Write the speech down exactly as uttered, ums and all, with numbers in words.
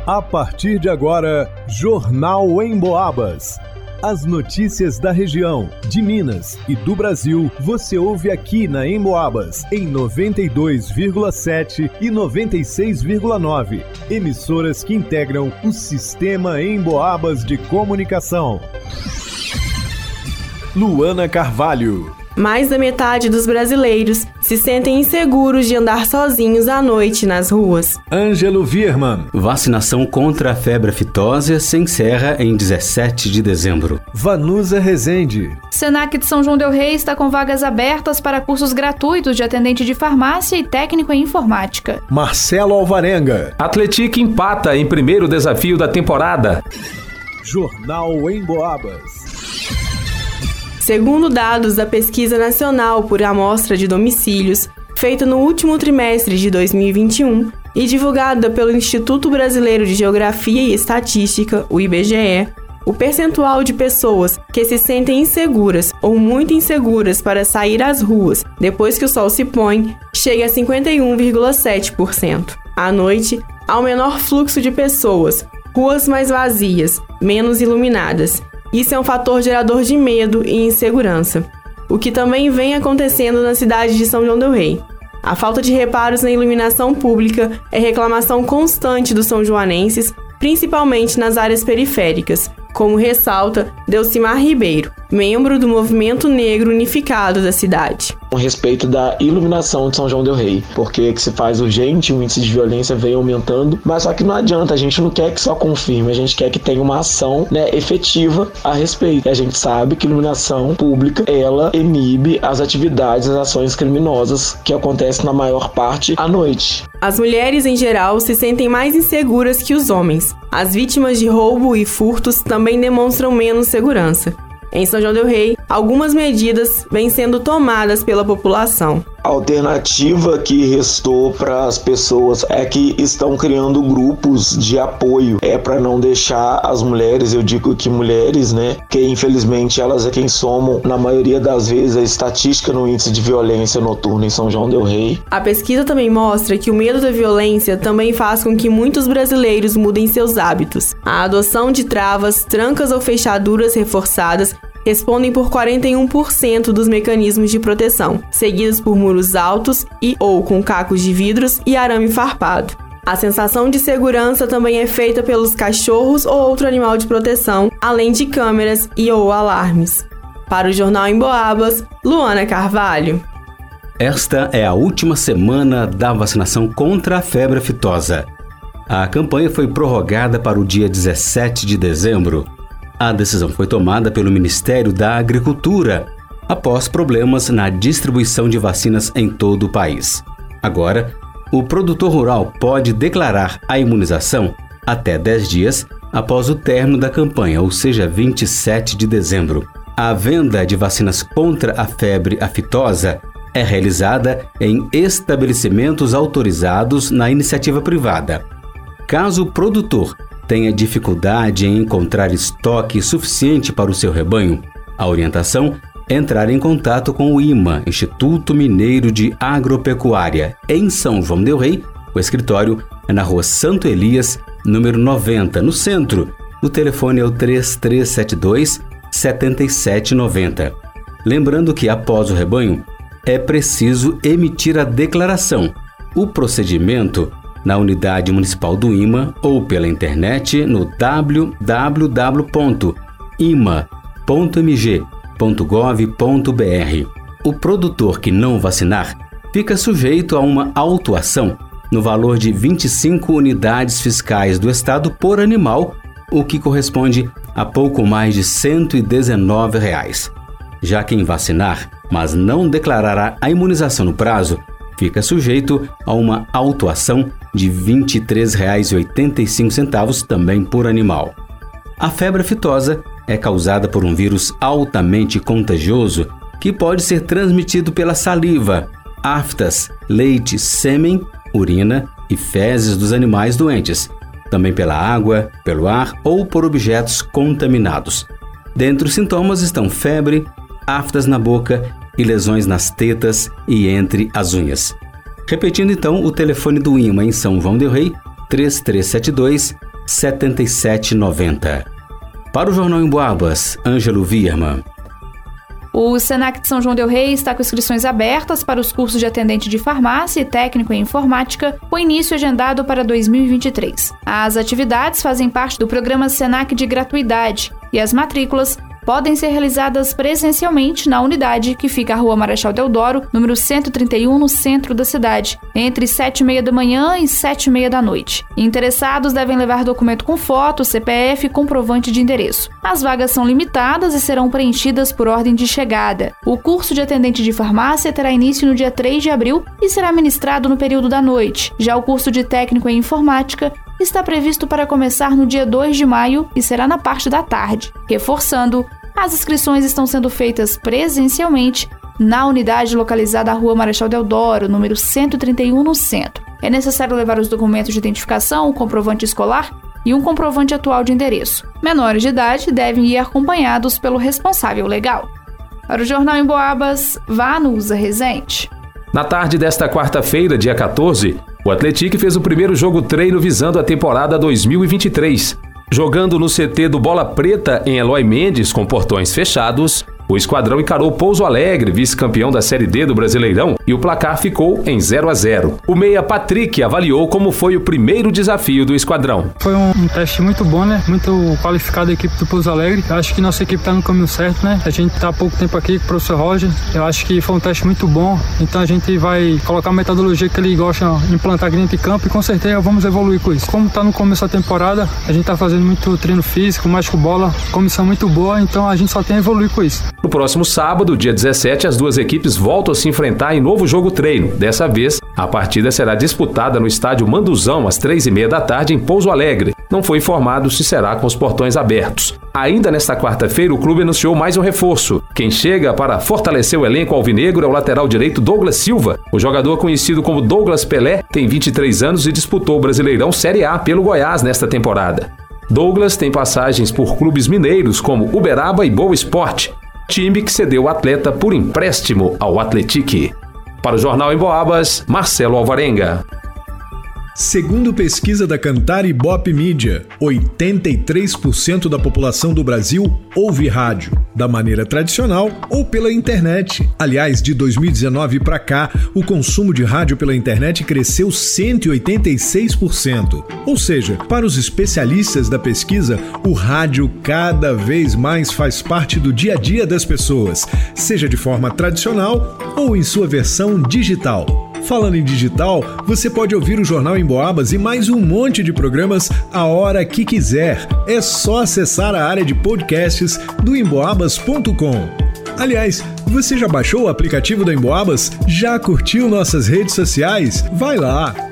A partir de agora, Jornal Emboabas. As notícias da região, de Minas e do Brasil, você ouve aqui na Emboabas, em noventa e dois vírgula sete e noventa e seis vírgula nove. Emissoras que integram o Sistema Emboabas de Comunicação. Luana Carvalho. Mais da metade dos brasileiros se sentem inseguros de andar sozinhos à noite nas ruas. Ângelo Virman. Vacinação contra a febre aftosa se encerra em dezessete de dezembro. Vanusa Rezende. Senac de São João del Rei está com vagas abertas para cursos gratuitos de atendente de farmácia e técnico em informática. Marcelo Alvarenga. Atlético empata em primeiro desafio da temporada. Jornal Emboabas. Segundo dados da Pesquisa Nacional por Amostra de Domicílios, feita no último trimestre de dois mil e vinte e um e divulgada pelo Instituto Brasileiro de Geografia e Estatística, o I B G E, o percentual de pessoas que se sentem inseguras ou muito inseguras para sair às ruas depois que o sol se põe chega a cinquenta e um vírgula sete por cento. À noite, há um menor fluxo de pessoas, ruas mais vazias, menos iluminadas. Isso é um fator gerador de medo e insegurança, o que também vem acontecendo na cidade de São João del Rei. A falta de reparos na iluminação pública é reclamação constante dos são-joanenses, principalmente nas áreas periféricas, como ressalta Delcimar Ribeiro, membro do Movimento Negro Unificado da cidade. A respeito da iluminação de São João del Rei, porque que se faz urgente, o índice de violência vem aumentando, mas só que não adianta, a gente não quer que só confirme, a gente quer que tenha uma ação, né, efetiva a respeito. E a gente sabe que iluminação pública, ela inibe as atividades, as ações criminosas que acontecem na maior parte à noite. As mulheres, em geral, se sentem mais inseguras que os homens. As vítimas de roubo e furtos também demonstram menos segurança. Em São João del Rei, algumas medidas vêm sendo tomadas pela população. A alternativa que restou para as pessoas é que estão criando grupos de apoio, é para não deixar as mulheres, eu digo que mulheres, né, que infelizmente elas é quem somam, na maioria das vezes, a estatística no índice de violência noturna em São João del Rei. A pesquisa também mostra que o medo da violência também faz com que muitos brasileiros mudem seus hábitos. A adoção de travas, trancas ou fechaduras reforçadas respondem por quarenta e um por cento dos mecanismos de proteção, seguidos por muros altos e ou com cacos de vidros e arame farpado. A sensação de segurança também é feita pelos cachorros ou outro animal de proteção, além de câmeras e ou alarmes. Para o Jornal Emboabas, Luana Carvalho. Esta é a última semana da vacinação contra a febre aftosa. A campanha foi prorrogada para o dia dezessete de dezembro. A decisão foi tomada pelo Ministério da Agricultura, após problemas na distribuição de vacinas em todo o país. Agora, o produtor rural pode declarar a imunização até dez dias após o término da campanha, ou seja, vinte e sete de dezembro. A venda de vacinas contra a febre aftosa é realizada em estabelecimentos autorizados na iniciativa privada. Caso o produtor tenha dificuldade em encontrar estoque suficiente para o seu rebanho, a orientação é entrar em contato com o I M A, Instituto Mineiro de Agropecuária, em São João del Rei. O escritório é na rua Santo Elias, número noventa, no centro. O telefone é o três três sete dois, sete sete nove zero. Lembrando que, após o rebanho, é preciso emitir a declaração. O procedimento na unidade municipal do I M A ou pela internet no w w w ponto i m a ponto m g ponto gov ponto b r. O produtor que não vacinar fica sujeito a uma autuação no valor de vinte e cinco unidades fiscais do Estado por animal, o que corresponde a pouco mais de cento e dezenove reais. Já quem vacinar, mas não declarará a imunização no prazo, fica sujeito a uma autuação de vinte e três reais e oitenta e cinco centavos também por animal. A febre aftosa é causada por um vírus altamente contagioso que pode ser transmitido pela saliva, aftas, leite, sêmen, urina e fezes dos animais doentes, também pela água, pelo ar ou por objetos contaminados. Dentre os sintomas estão febre, aftas na boca e lesões nas tetas e entre as unhas. Repetindo então o telefone do I M A em São João del Rei, três três sete dois, setenta e sete reais e noventa centavos. Para o Jornal Emboabas, Ângelo Vierman. O Senac de São João del Rei está com inscrições abertas para os cursos de atendente de farmácia e técnico em informática, com início agendado para dois mil e vinte e três. As atividades fazem parte do programa Senac de gratuidade e as matrículas podem ser realizadas presencialmente na unidade que fica à Rua Marechal Deodoro, número cento e trinta e um, no centro da cidade, entre sete e meia da manhã e sete e meia da noite. Interessados devem levar documento com foto, C P F e comprovante de endereço. As vagas são limitadas e serão preenchidas por ordem de chegada. O curso de atendente de farmácia terá início no dia três de abril e será ministrado no período da noite. Já o curso de técnico em informática está previsto para começar no dia dois de maio e será na parte da tarde. Reforçando, as inscrições estão sendo feitas presencialmente na unidade localizada à Rua Marechal Deodoro, número cento e trinta e um, no centro. É necessário levar os documentos de identificação, um comprovante escolar e um comprovante atual de endereço. Menores de idade devem ir acompanhados pelo responsável legal. Para o Jornal Emboabas, Vanusa Rezende. Na tarde desta quarta-feira, dia quatorze, o Atlético fez o primeiro jogo treino visando a temporada dois mil e vinte e três. Jogando no C T do Bola Preta, em Eloy Mendes, com portões fechados, o esquadrão encarou Pouso Alegre, vice-campeão da Série D do Brasileirão, e o placar ficou em zero a zero. O meia Patrick avaliou como foi o primeiro desafio do esquadrão. Foi um, um teste muito bom, né? Muito qualificado a equipe do Pouso Alegre. Eu acho que nossa equipe está no caminho certo, né? A gente está há pouco tempo aqui com o professor Roger. Eu acho que foi um teste muito bom. Então a gente vai colocar a metodologia que ele gosta de implantar aqui dentro de campo e com certeza vamos evoluir com isso. Como está no começo da temporada, a gente está fazendo muito treino físico, mais com bola, comissão muito boa, então a gente só tem a evoluir com isso. No próximo sábado, dia dezessete, as duas equipes voltam a se enfrentar em novo jogo treino. Dessa vez, a partida será disputada no estádio Manduzão, às três e meia da tarde, em Pouso Alegre. Não foi informado se será com os portões abertos. Ainda nesta quarta-feira, o clube anunciou mais um reforço. Quem chega para fortalecer o elenco alvinegro é o lateral direito Douglas Silva. O jogador, conhecido como Douglas Pelé, tem vinte e três anos e disputou o Brasileirão Série A pelo Goiás nesta temporada. Douglas tem passagens por clubes mineiros como Uberaba e Boa Esporte, time que cedeu o atleta por empréstimo ao Atlético. Para o Jornal Emboabas, Marcelo Alvarenga. Segundo pesquisa da Cantar Ibope Mídia, oitenta e três por cento da população do Brasil ouve rádio, da maneira tradicional ou pela internet. Aliás, de dois mil e dezenove para cá, o consumo de rádio pela internet cresceu cento e oitenta e seis por cento. Ou seja, para os especialistas da pesquisa, o rádio cada vez mais faz parte do dia a dia das pessoas, seja de forma tradicional ou em sua versão digital. Falando em digital, você pode ouvir o Jornal Emboabas e mais um monte de programas a hora que quiser. É só acessar a área de podcasts do emboabas ponto com. Aliás, você já baixou o aplicativo da Emboabas? Já curtiu nossas redes sociais? Vai lá!